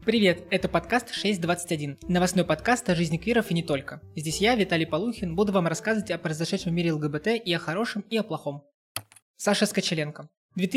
Привет, это подкаст 621, новостной подкаст о жизни квиров и не только. Здесь я, Виталий Полухин, буду вам рассказывать о произошедшем в мире ЛГБТ и о хорошем, и о плохом. Саша Скочеленко.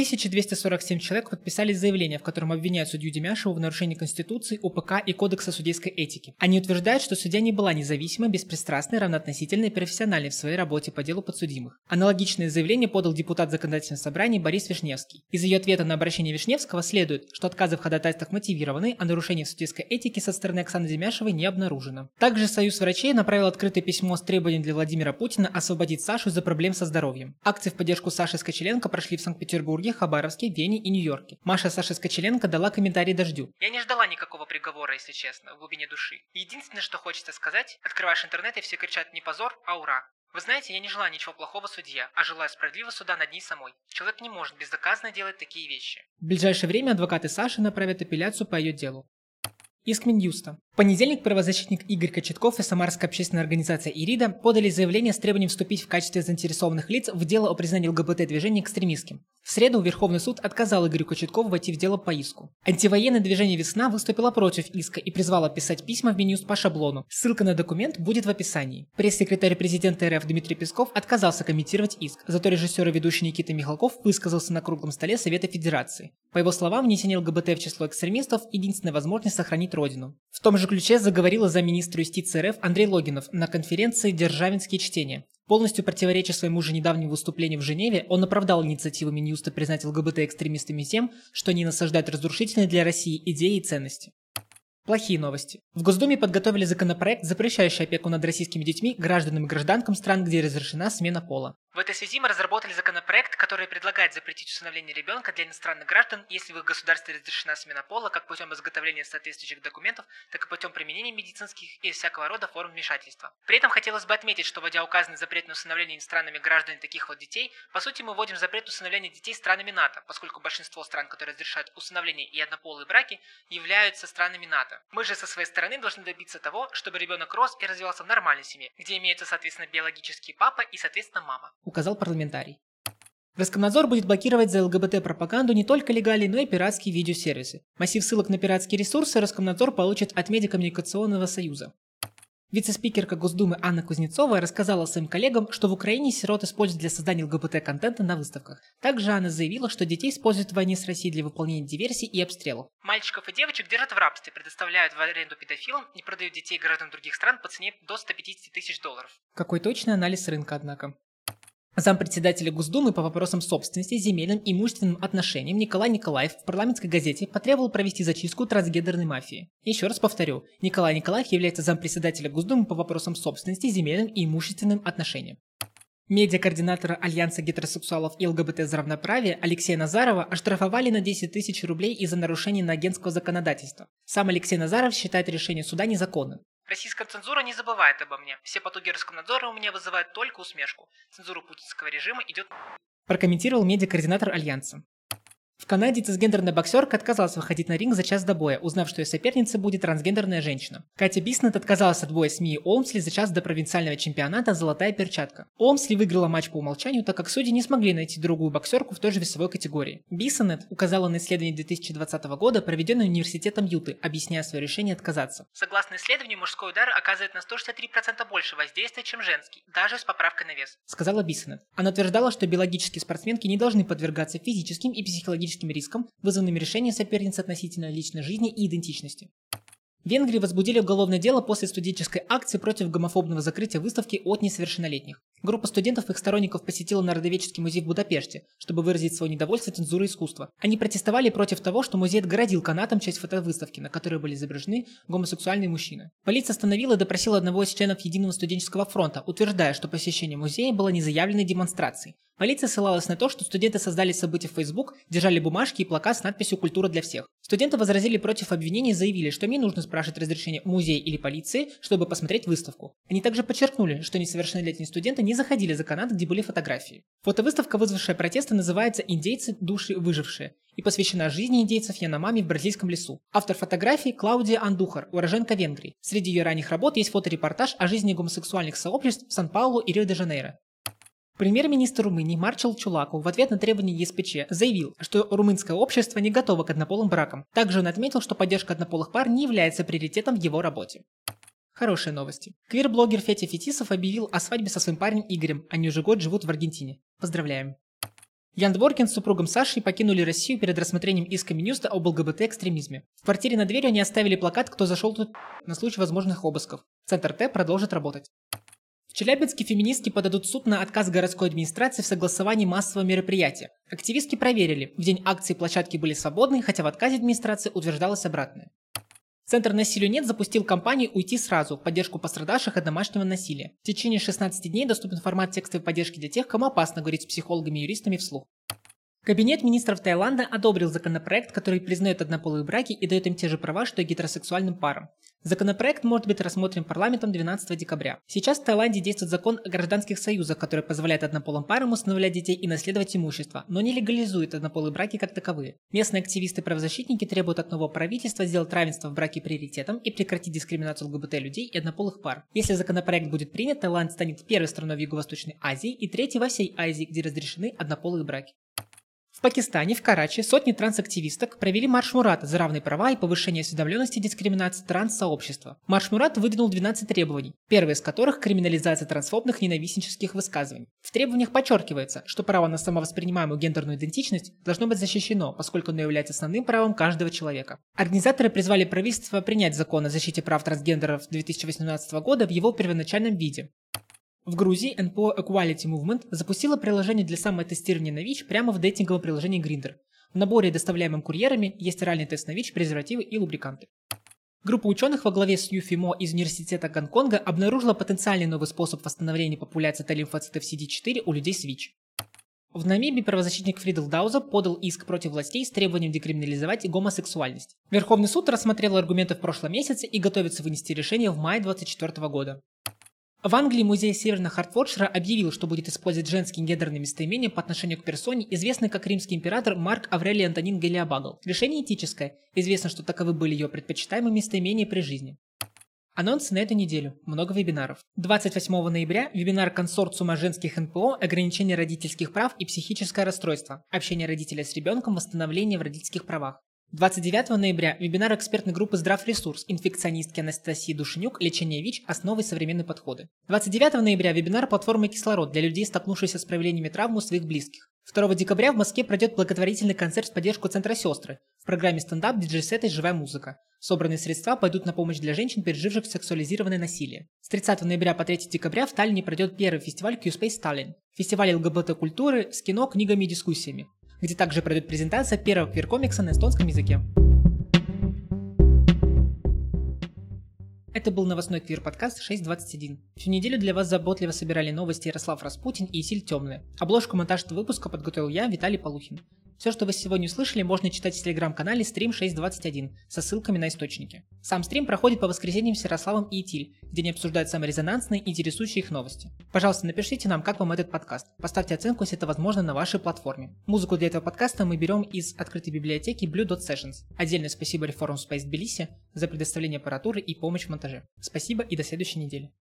2247 человек подписали заявление, в котором обвиняют судью Демяшеву в нарушении Конституции, УПК и Кодекса судейской этики. Они утверждают, что судья не была независимой, беспристрастной, равноотносительной и профессиональной в своей работе по делу подсудимых. Аналогичное заявление подал депутат Законодательного собрания Борис Вишневский. Из ее ответа на обращение Вишневского следует, что отказы в ходатайствах мотивированы, а нарушений в судейской этике со стороны Оксаны Демяшевой не обнаружено. Также Союз врачей направил открытое письмо с требованием для Владимира Путина освободить Сашу из-за проблем со здоровьем. Акции в поддержку Саши Скочеленко прошли в Санкт-Петербурге, Хабаровске, Вене и Нью-Йорке. Маша Саши Скочеленко дала комментарий «Дождю». Я не ждала никакого приговора, если честно, в глубине души. Единственное, что хочется сказать, открываешь интернет и все кричат не позор, а ура. Вы знаете, я не желаю ничего плохого судье, а желаю справедливого суда над ней самой. Человек не может бездоказанно делать такие вещи. В ближайшее время адвокаты Саши направят апелляцию по ее делу. Иск Минюста. В понедельник правозащитник Игорь Кочетков и Самарская общественная организация «Ирида» подали заявление с требованием вступить в качестве заинтересованных лиц в дело о признании ЛГБТ-движения экстремистским. В среду Верховный суд отказал Игорю Кочеткову войти в дело по иску. Антивоенное движение «Весна» выступило против иска и призвало писать письма в Минюст по шаблону. Ссылка на документ будет в описании. Пресс-секретарь президента РФ Дмитрий Песков отказался комментировать иск, зато режиссер и ведущий Никита Михалков высказался на круглом столе Совета Федерации. По его словам, внесение ЛГБТ в число экстремистов – единственная возможность сохранить родину. В том же ключе заговорила замминистра юстиции РФ Андрей Логинов на конференции «Державинские чтения». Полностью противореча своему же недавнему выступлению в Женеве, он оправдал инициативу Минюста признать ЛГБТ экстремистами тем, что они насаждают разрушительные для России идеи и ценности. Плохие новости. В Госдуме подготовили законопроект, запрещающий опеку над российскими детьми гражданам и гражданкам стран, где разрешена смена пола. В этой связи мы разработали законопроект, который предлагает запретить усыновление ребенка для иностранных граждан, если в их государстве разрешена смена пола, как путем изготовления соответствующих документов, так и путем применения медицинских и всякого рода форм вмешательства. При этом хотелось бы отметить, что вводя указанный запрет на усыновление иностранными гражданами таких вот детей, по сути мы вводим запрет усыновления детей странами НАТО, поскольку большинство стран, которые разрешают усыновление и однополые браки, являются странами НАТО. Мы же со своей стороны должны добиться того, чтобы ребенок рос и развивался в нормальной семье, где имеются соответственно биологический папа и соответственно мама, указал парламентарий. Роскомнадзор будет блокировать за ЛГБТ-пропаганду не только легальные, но и пиратские видеосервисы. Массив ссылок на пиратские ресурсы Роскомнадзор получит от Медиакоммуникационного союза. Вице-спикерка Госдумы Анна Кузнецова рассказала своим коллегам, что в Украине сирот используют для создания ЛГБТ-контента на выставках. Также Анна заявила, что детей используют в войне с Россией для выполнения диверсий и обстрелов. Мальчиков и девочек держат в рабстве, предоставляют в аренду педофилам и продают детей граждан других стран по цене до 150 тысяч долларов. Какой точный анализ рынка, однако. Зампредседателя Госдумы по вопросам собственности, земельным и имущественным отношениям Николай Николаев в парламентской газете потребовал провести зачистку трансгендерной мафии. Еще раз повторю, Николай Николаев является зампредседателя Госдумы по вопросам собственности, земельным и имущественным отношениям. Медиакоординатора Альянса гетеросексуалов и ЛГБТ за равноправие Алексея Назарова оштрафовали на 10 тысяч рублей из-за нарушения агентского законодательства. Сам Алексей Назаров считает решение суда незаконным. Российская цензура не забывает обо мне. Все потуги Роскомнадзора у меня вызывают только усмешку. Цензура путинского режима идет... Прокомментировал медиакоординатор Альянса. В Канаде цисгендерная боксерка отказалась выходить на ринг за час до боя, узнав, что ее соперницей будет трансгендерная женщина. Катя Биснет отказалась от боя с Мией Олмсли за час до провинциального чемпионата «Золотая перчатка». Олмсли выиграла матч по умолчанию, так как судьи не смогли найти другую боксерку в той же весовой категории. Биснет указала на исследование 2020 года, проведенное университетом Юты, объясняя свое решение отказаться. Согласно исследованию, мужской удар оказывает на 163% больше воздействия, чем женский, даже с поправкой на вес, сказала Биснет. Она утверждала, что биологические спортсменки не должны подвергаться физическим и психологическим рискам, вызванным решением соперниц относительно личной жизни и идентичности. В Венгрии возбудили уголовное дело после студенческой акции против гомофобного закрытия выставки от несовершеннолетних. Группа студентов и их сторонников посетила Народоведческий музей в Будапеште, чтобы выразить свое недовольство цензурой искусства. Они протестовали против того, что музей отгородил канатом часть фотовыставки, на которой были изображены гомосексуальные мужчины. Полиция остановила и допросила одного из членов Единого студенческого фронта, утверждая, что посещение музея было незаявленной демонстрацией. Полиция ссылалась на то, что студенты создали события в Facebook, держали бумажки и плакат с надписью «Культура для всех». Студенты возразили против обвинений и заявили, что им не нужно спрашивать разрешение у музея или полиции, чтобы посмотреть выставку. Они также подчеркнули, что несовершеннолетние студенты не заходили за канат, где были фотографии. Фотовыставка, вызвавшая протесты, называется «Индейцы. Души выжившие» и посвящена жизни индейцев Яномами в бразильском лесу. Автор фотографий – Клаудия Андухар, уроженка Венгрии. Среди ее ранних работ есть фоторепортаж о жизни гомосексуальных сообществ в Сан-Паулу и Рио-де-Жанейро. Премьер-министр Румынии Марчел Чулаку в ответ на требования ЕСПЧ заявил, что румынское общество не готово к однополым бракам. Также он отметил, что поддержка однополых пар не является приоритетом в его работе. Хорошие новости. Квир-блогер Фетя Фетисов объявил о свадьбе со своим парнем Игорем. Они уже год живут в Аргентине. Поздравляем. Ян Дворкин с супругом Сашей покинули Россию перед рассмотрением иска Минюста об ЛГБТ-экстремизме. В квартире над дверью они оставили плакат «Кто зашел тут?» на случай возможных обысков. Центр Т продолжит работать. В Челябинске феминистки подадут в суд на отказ городской администрации в согласовании массового мероприятия. Активистки проверили, в день акции площадки были свободны, хотя в отказе администрации утверждалось обратное. Центр «Насилию нет» запустил кампанию «Уйти сразу» в поддержку пострадавших от домашнего насилия. В течение 16 дней доступен формат текстовой поддержки для тех, кому опасно говорить с психологами и юристами вслух. Кабинет министров Таиланда одобрил законопроект, который признает однополые браки и дает им те же права, что и гетеросексуальным парам. Законопроект может быть рассмотрен парламентом 12 декабря. Сейчас в Таиланде действует закон о гражданских союзах, который позволяет однополым парам усыновлять детей и наследовать имущество, но не легализует однополые браки как таковые. Местные активисты-правозащитники требуют от нового правительства сделать равенство в браке приоритетом и прекратить дискриминацию ЛГБТ-людей и однополых пар. Если законопроект будет принят, Таиланд станет первой страной в Юго-Восточной Азии и третьей во всей Азии, где разрешены однополые браки. В Пакистане, в Карачи, сотни трансактивисток провели марш Мурата за равные права и повышение осведомленности и дискриминации транс-сообщества. Марш Мурат выдвинул 12 требований, первое из которых – криминализация трансфобных ненавистнических высказываний. В требованиях подчеркивается, что право на самовоспринимаемую гендерную идентичность должно быть защищено, поскольку оно является основным правом каждого человека. Организаторы призвали правительство принять закон о защите прав трансгендеров 2018 года в его первоначальном виде. В Грузии NPO Equality Movement запустила приложение для самотестирования на ВИЧ прямо в дейтинговом приложении Grindr. В наборе, доставляемом курьерами, есть оральный тест на ВИЧ, презервативы и лубриканты. Группа ученых во главе с Ю Фимо из Университета Гонконга обнаружила потенциальный новый способ восстановления популяции Т-лимфоцитов CD4 у людей с ВИЧ. В Намибии правозащитник Фридл Дауза подал иск против властей с требованием декриминализовать гомосексуальность. Верховный суд рассмотрел аргументы в прошлом месяце и готовится вынести решение в мае 2024 года. В Англии музей Северного Хартфордшира объявил, что будет использовать женские гендерные местоимения по отношению к персоне, известной как римский император Марк Аврелий Антонин Гелиобагл. Решение этическое. Известно, что таковы были ее предпочитаемые местоимения при жизни. Анонсы на эту неделю. Много вебинаров. 28 ноября вебинар консорциума женских НПО «Ограничение родительских прав и психическое расстройство. Общение родителя с ребенком. Восстановление в родительских правах». 29 ноября вебинар экспертной группы «Здравресурс» инфекционистки Анастасии Душенюк «Лечение ВИЧ. Основы и современные подходы». 29 ноября вебинар платформы «Кислород» для людей, столкнувшихся с проявлениями травм у своих близких. 2 декабря в Москве пройдет благотворительный концерт в поддержку Центра «Сестры». В программе стендап, диджей-сет и живая музыка. Собранные средства пойдут на помощь для женщин, переживших сексуализированное насилие. С 30 ноября по 3 декабря в Таллине пройдет первый фестиваль Q-Space Tallinn. Фестиваль ЛГБТ-культуры с кино, книгами и дискуссиями, где также пройдет презентация первого квир-комикса на эстонском языке. Это был новостной квир-подкаст 6.21. Всю неделю для вас заботливо собирали новости Ярослав Распутин и Исиль Темная. Обложку монтаж этого выпуска подготовил я, Виталий Полухин. Все, что вы сегодня услышали, можно читать в телеграм-канале Stream 621 со ссылками на источники. Сам стрим проходит по воскресеньям с Ярославом и Итиль, где они обсуждают самые резонансные и интересующие их новости. Пожалуйста, напишите нам, как вам этот подкаст. Поставьте оценку, если это возможно, на вашей платформе. Музыку для этого подкаста мы берем из открытой библиотеки Blue Dot Sessions. Отдельное спасибо Reform Space Тбилиси за предоставление аппаратуры и помощь в монтаже. Спасибо и до следующей недели.